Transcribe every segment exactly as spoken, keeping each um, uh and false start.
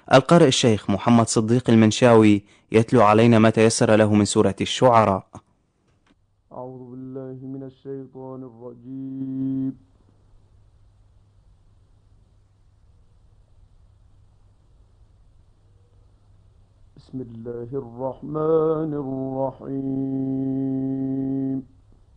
القارئ الشيخ محمد صديق المنشاوي يتلو علينا ما تيسر له من سورة الشعراء. أعوذ بالله من الشيطان الرجيم. بسم الله الرحمن الرحيم.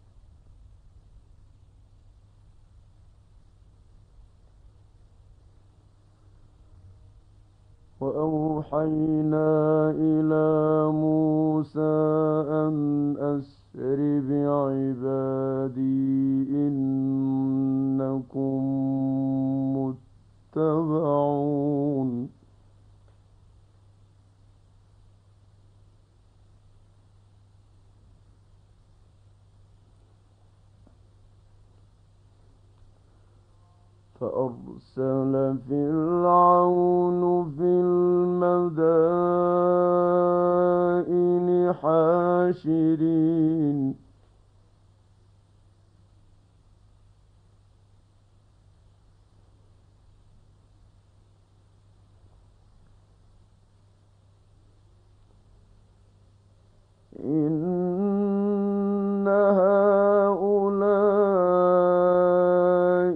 وأوحينا إلى موسى أن أسر بعبادي إنكم متبعون. فأرسل فرعون في المدائن حاشرين إن هؤلاء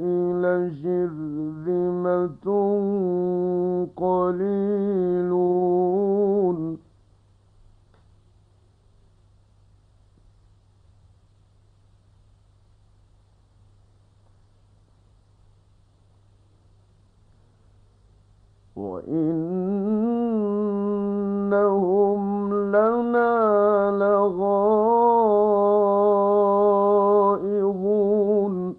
لشرذمة قليلون وإنهم لنا لغائظون.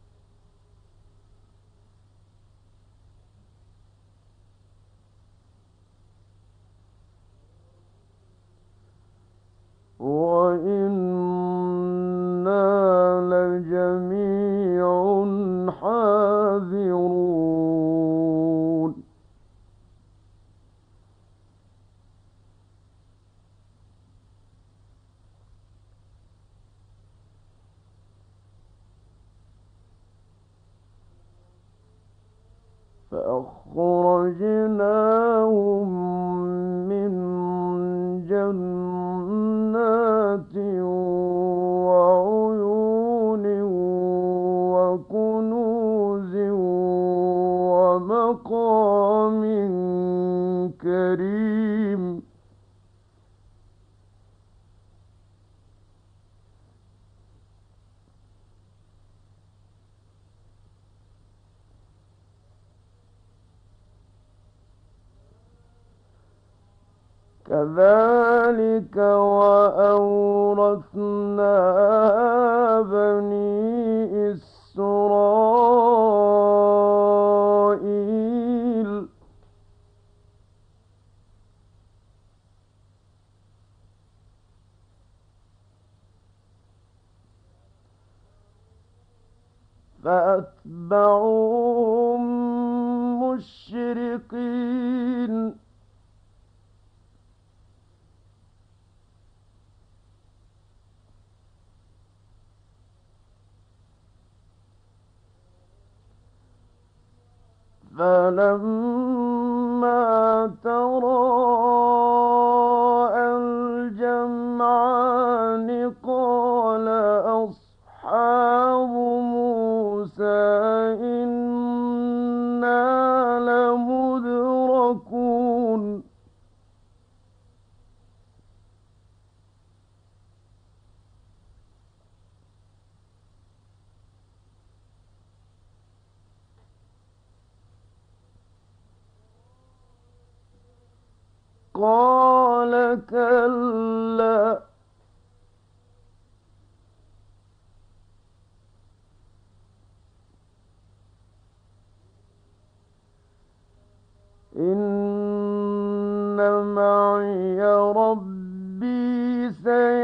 وإنا لجميع حاذرون. فأخرجناهم من جنات وعيون وكنوز ومقام كريم. كذلك وأورثناها بني إسرائيل. فأتبعوهم مشرقين فلما تراءى الجمعان قال أصحاب موسى إنا لمدركون. قال كلا إن معي ربي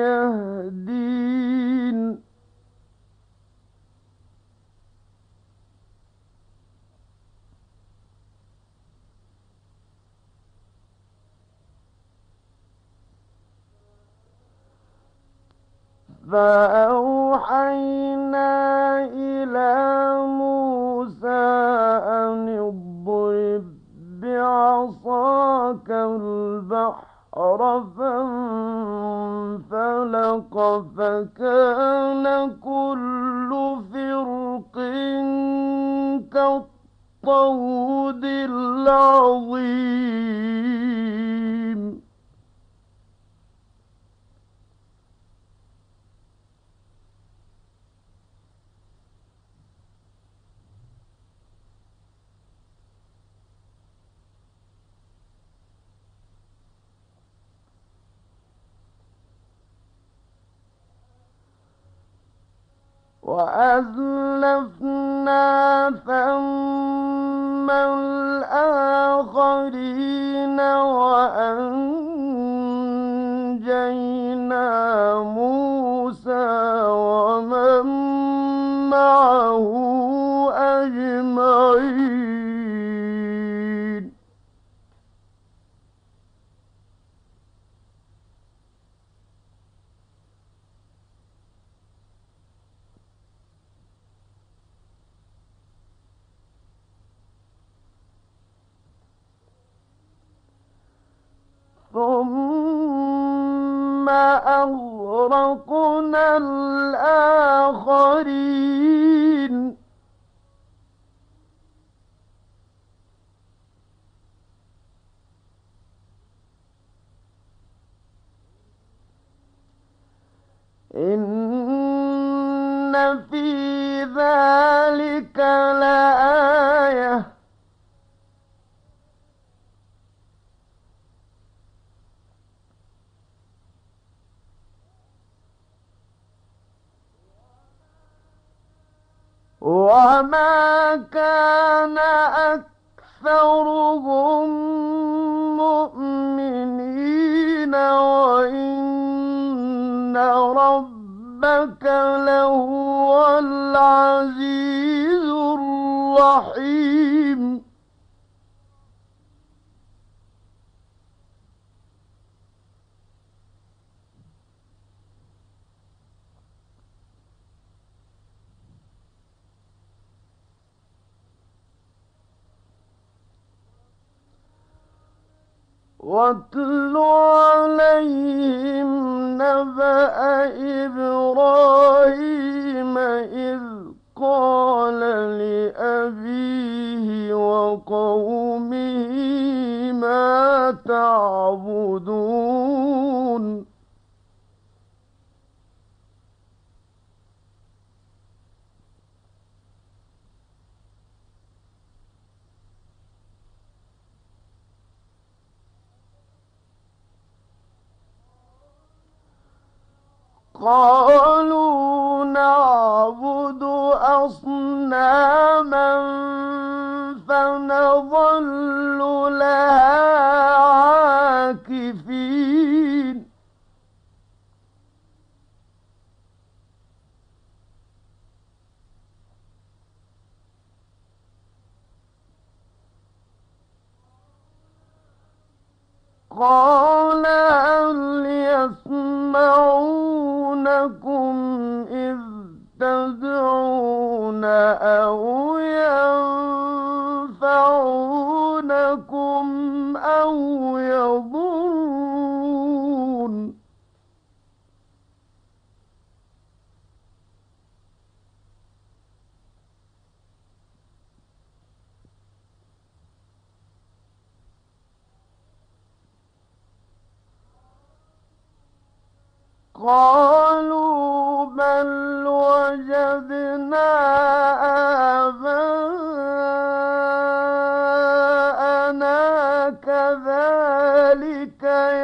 سيهدين. فأوحينا إلى موسى أن اضرب بعصاك فسلك البحر فانفلق فكان كل فرق كالطود العظيم وأزلفنا ثم الآخرين وأنجينا موسى ومن معه أجمعين ثم أغرقنا الآخرين إن في ذلك لآية وما كان أكثرهم مؤمنين وإن ربك لهو العزيز الرحيم واتل عليهم نبأ إبراهيم إذ قال لأبيه وقومه ما تعبدون قالوا نعبد أصناما فنظل لها عاكفين قال هل يسمعونكم إذ تدعون أو ينفعونكم أو يضرون قالوا بل وجدنا آباءنا كذلك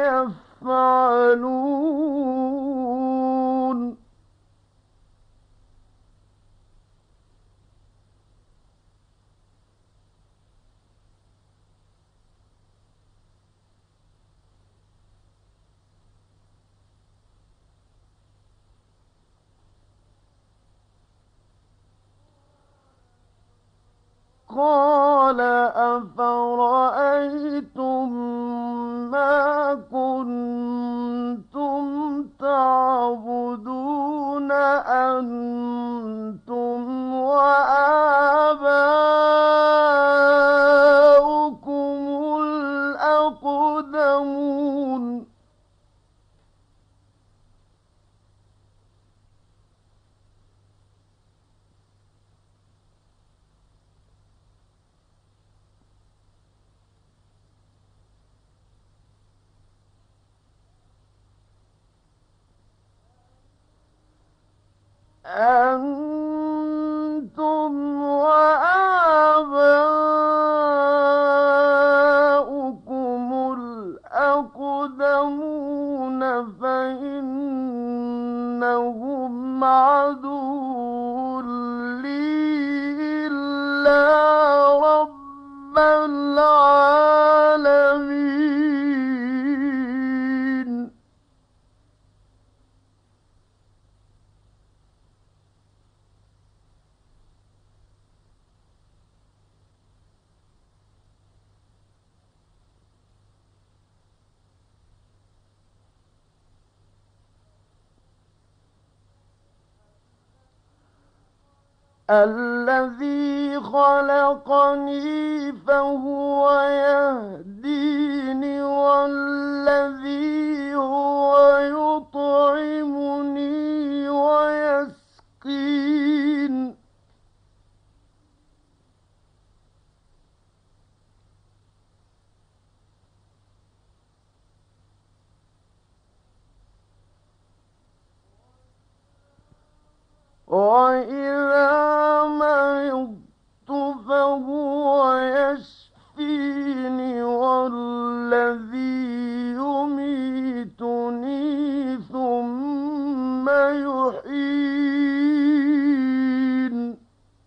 يفعلون قال أفرأيتم ما كنتم تعبدون أنتم وآباؤكم الأولون الأقدمون أنتم وآباؤكم الأقدمون فإنهم عدو لي إلا رب العالمين الذي خلقني فهو يهديني والذي هو يطعمني ويسقين وإذا مرضت فهو يشفيني والذي يميتني ثم يحيين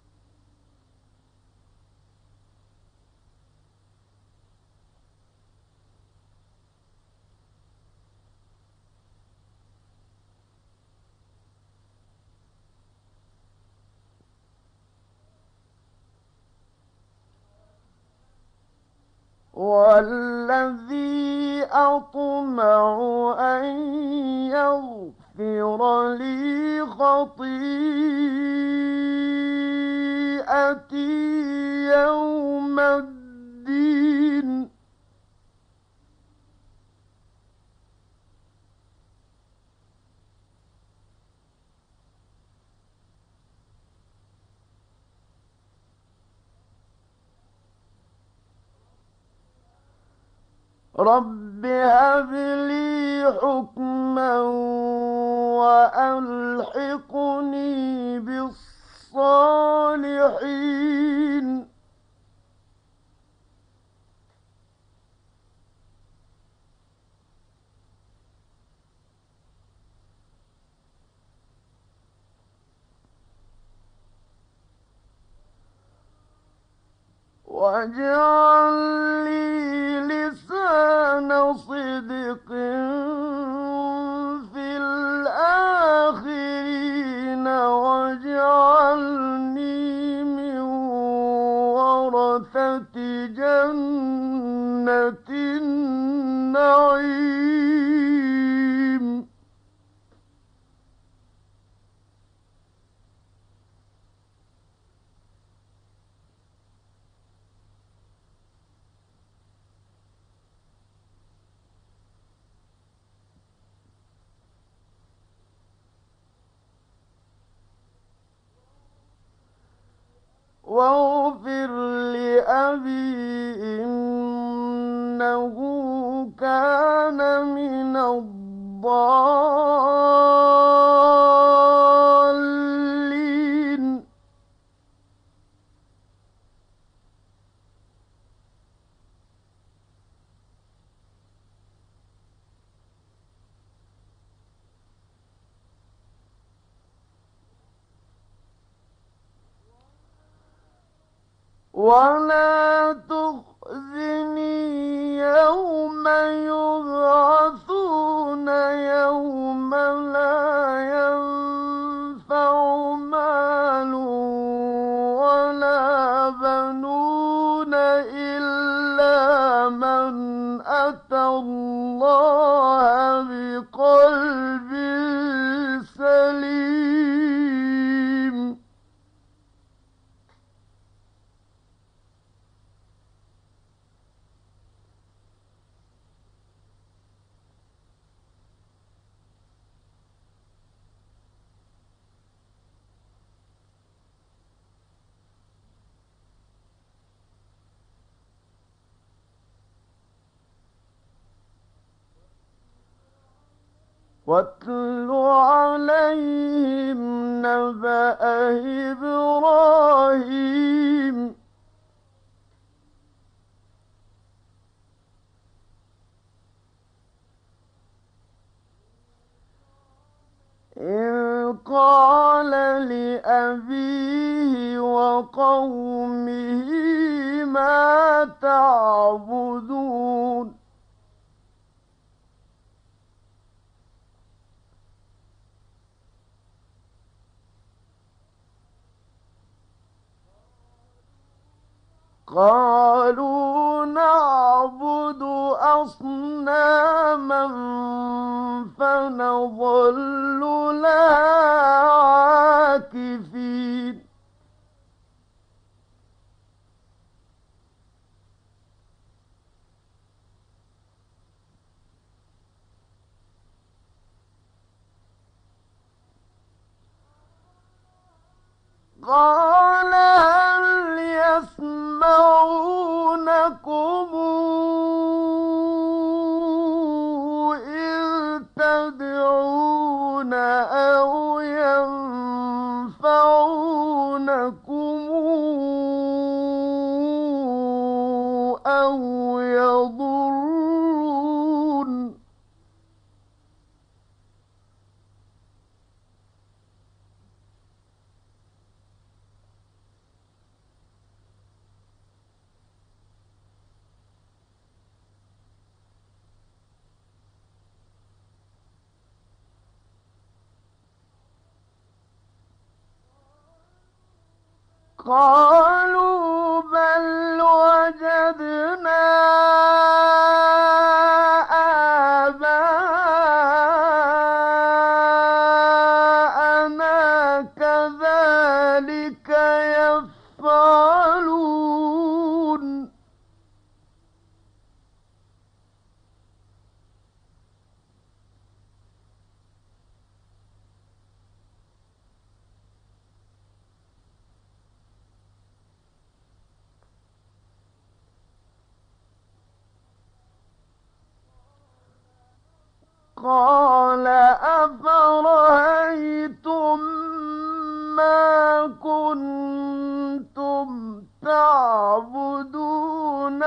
والذي أطمع أن يغفر لي خطيئتي يوم الدين رب هب لي حكما وألحقني بالصالحين واجعل لي لسان صدق في الآخرين واجعلني من ورثة جنة النعيم واغفر لأبي إنه كان من الضالين ولا تخزني يوم يبعثون يوم لا ينفع مال ولا بنون إلا من أتى الله بقلب سليم واتل عليهم نبأ إبراهيم إذ قال لأبيه وقومه ما تعبدون قالوا نعبد أصناما فنظل لها عاكفين قال هل يسمعونكم إذ تدعون أو ينفعونكم أو يضرون قالوا بل وجدنا آباءنا كذلك يفعلون قال أفرأيتم ما كنتم تعبدون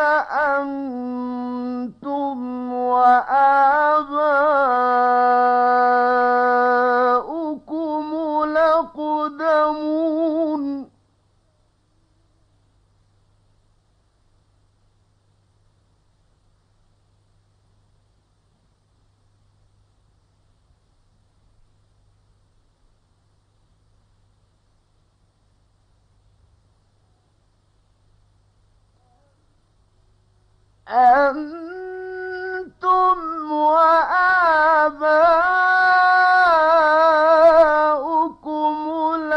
أنتم وآباؤكم الأقدمون أنتم وآباؤكم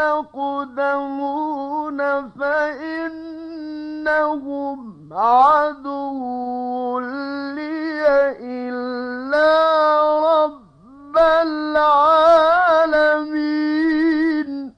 الأقدمون فإنهم عدو لي إلا رب العالمين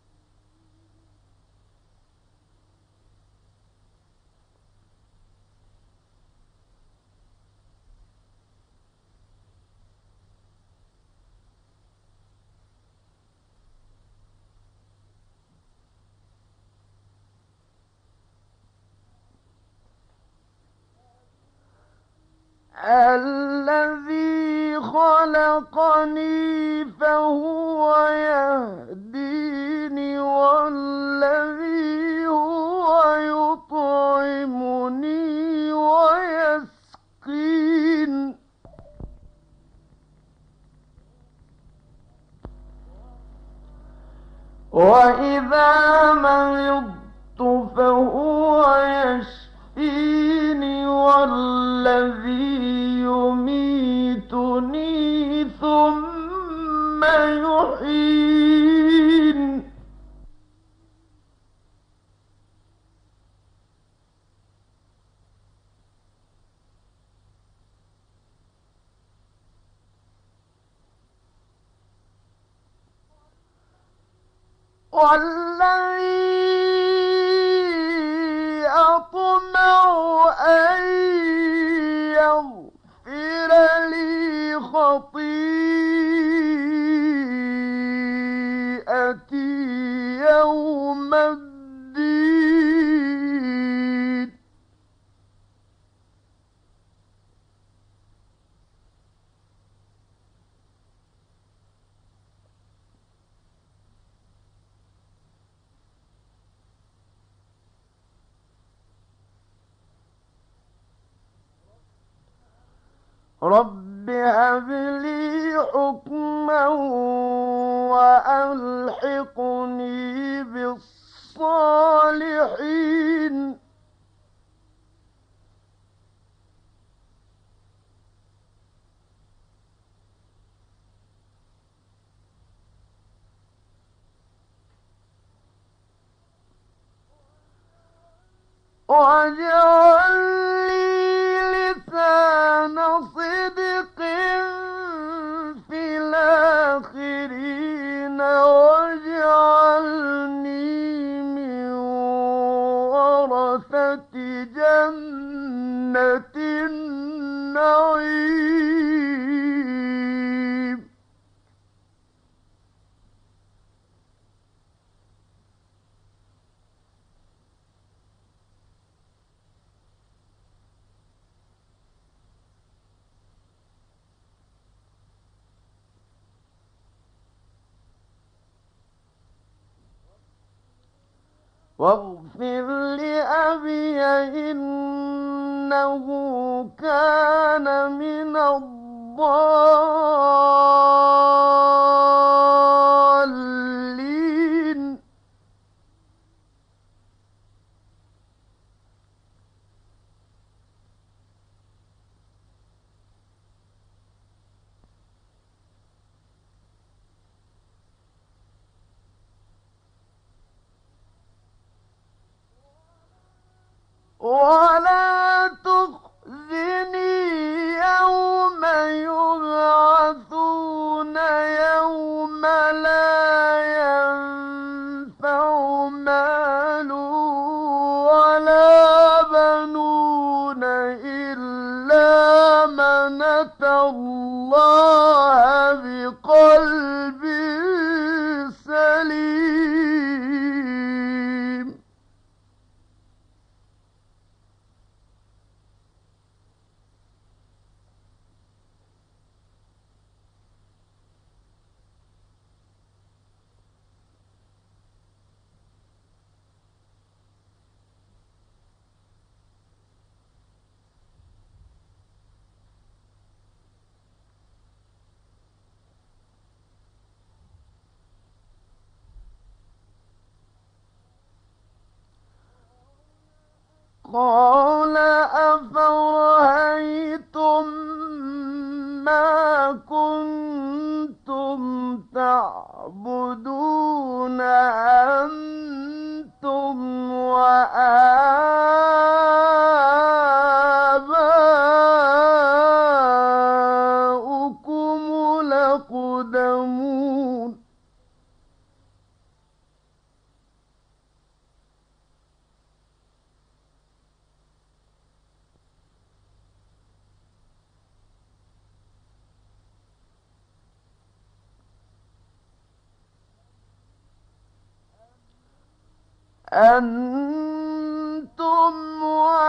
الذي خلقني فهو يهديني والذي هو يطعمني ويسقين وإذا مرضت فهو يشفيني والذي يميتني ثم يحيين والذي أطمع أن يغفر لي خطيئتي رب هب لي حكما وألحقني بالصالحين. واجعل لي لسان صدق في الآخرين واجعلني من ورثة جنة النعيم. واغفر لأبي إنه كان من الضالين. ولا تخزني يوم يبعثون يوم لا ينفع مال ولا بنون إلا من أتى الله بقلب سليم. قال أفرأيتم ما كنتم تعبدون أنتم وآباؤكم الأقدمون. أنتم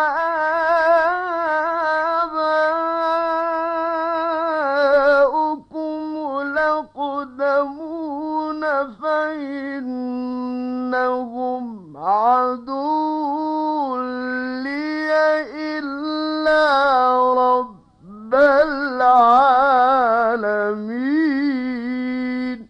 وآباؤكم الأقدمون فإنهم عدو لي إلا رب العالمين.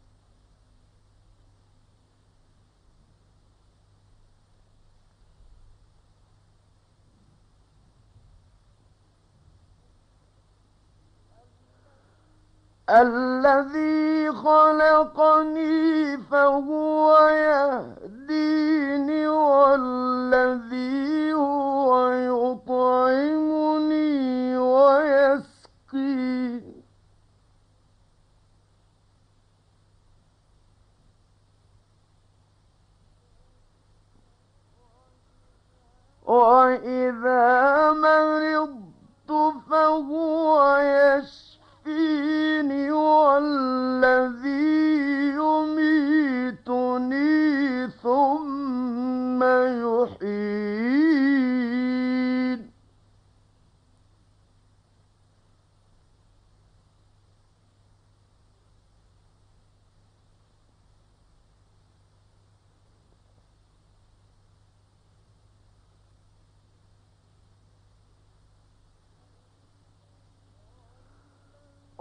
الذي خلقني فهو يهديني والذي هو يطعمني ويسقين. وإذا مرضت فهو يشفيني والذي يميتني ثم يحيين.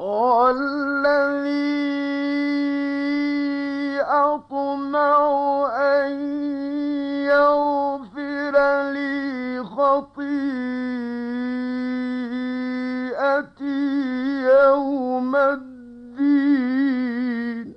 والذي أطمع أن يغفر لي خطيئتي يوم الدين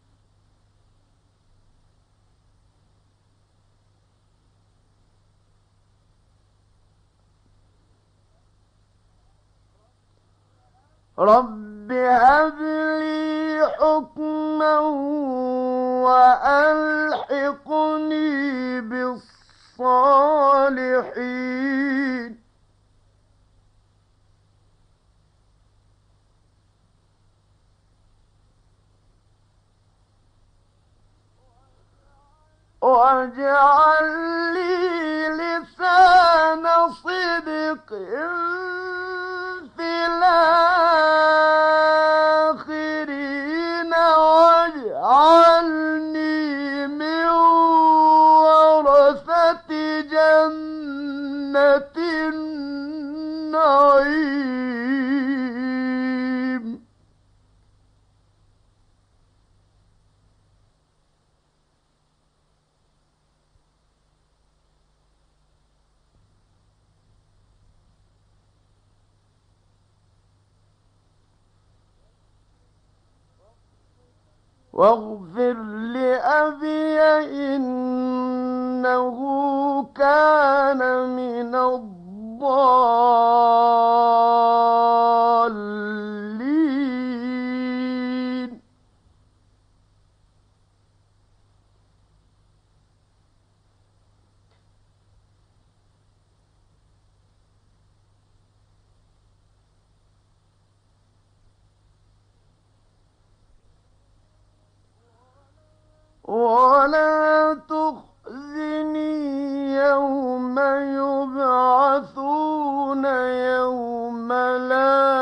رب هب لي حكما وألحقني بالصالحين واجعل لي لسان صدق في الآخرين واجعلني من ورثة جنة النعيم واغفر لأبي إنه كان من الضالين ولا تخزني يوم يبعثون يوم لا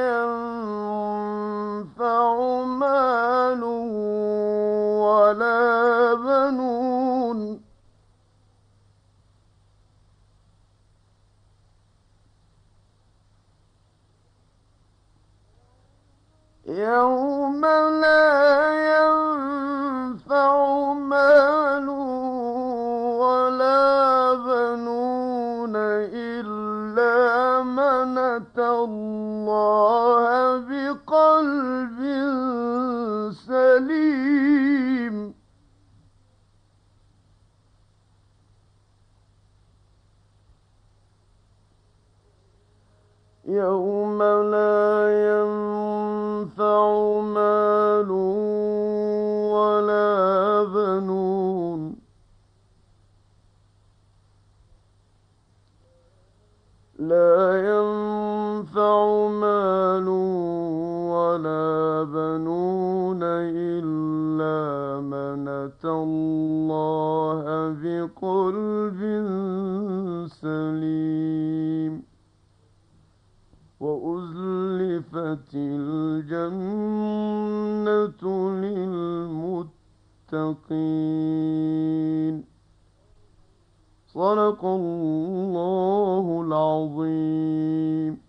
ينفع مال ولا بنون يوم لا ينفع مال ولا بنون إلا من أتى الله بقلب سليم يوم لا ينفع مال ولا بنون لا ينفع مال ولا بنون إلا من أتى الله بقلب سليم وأزلفت الجنة للمتقين صدق الله العظيم.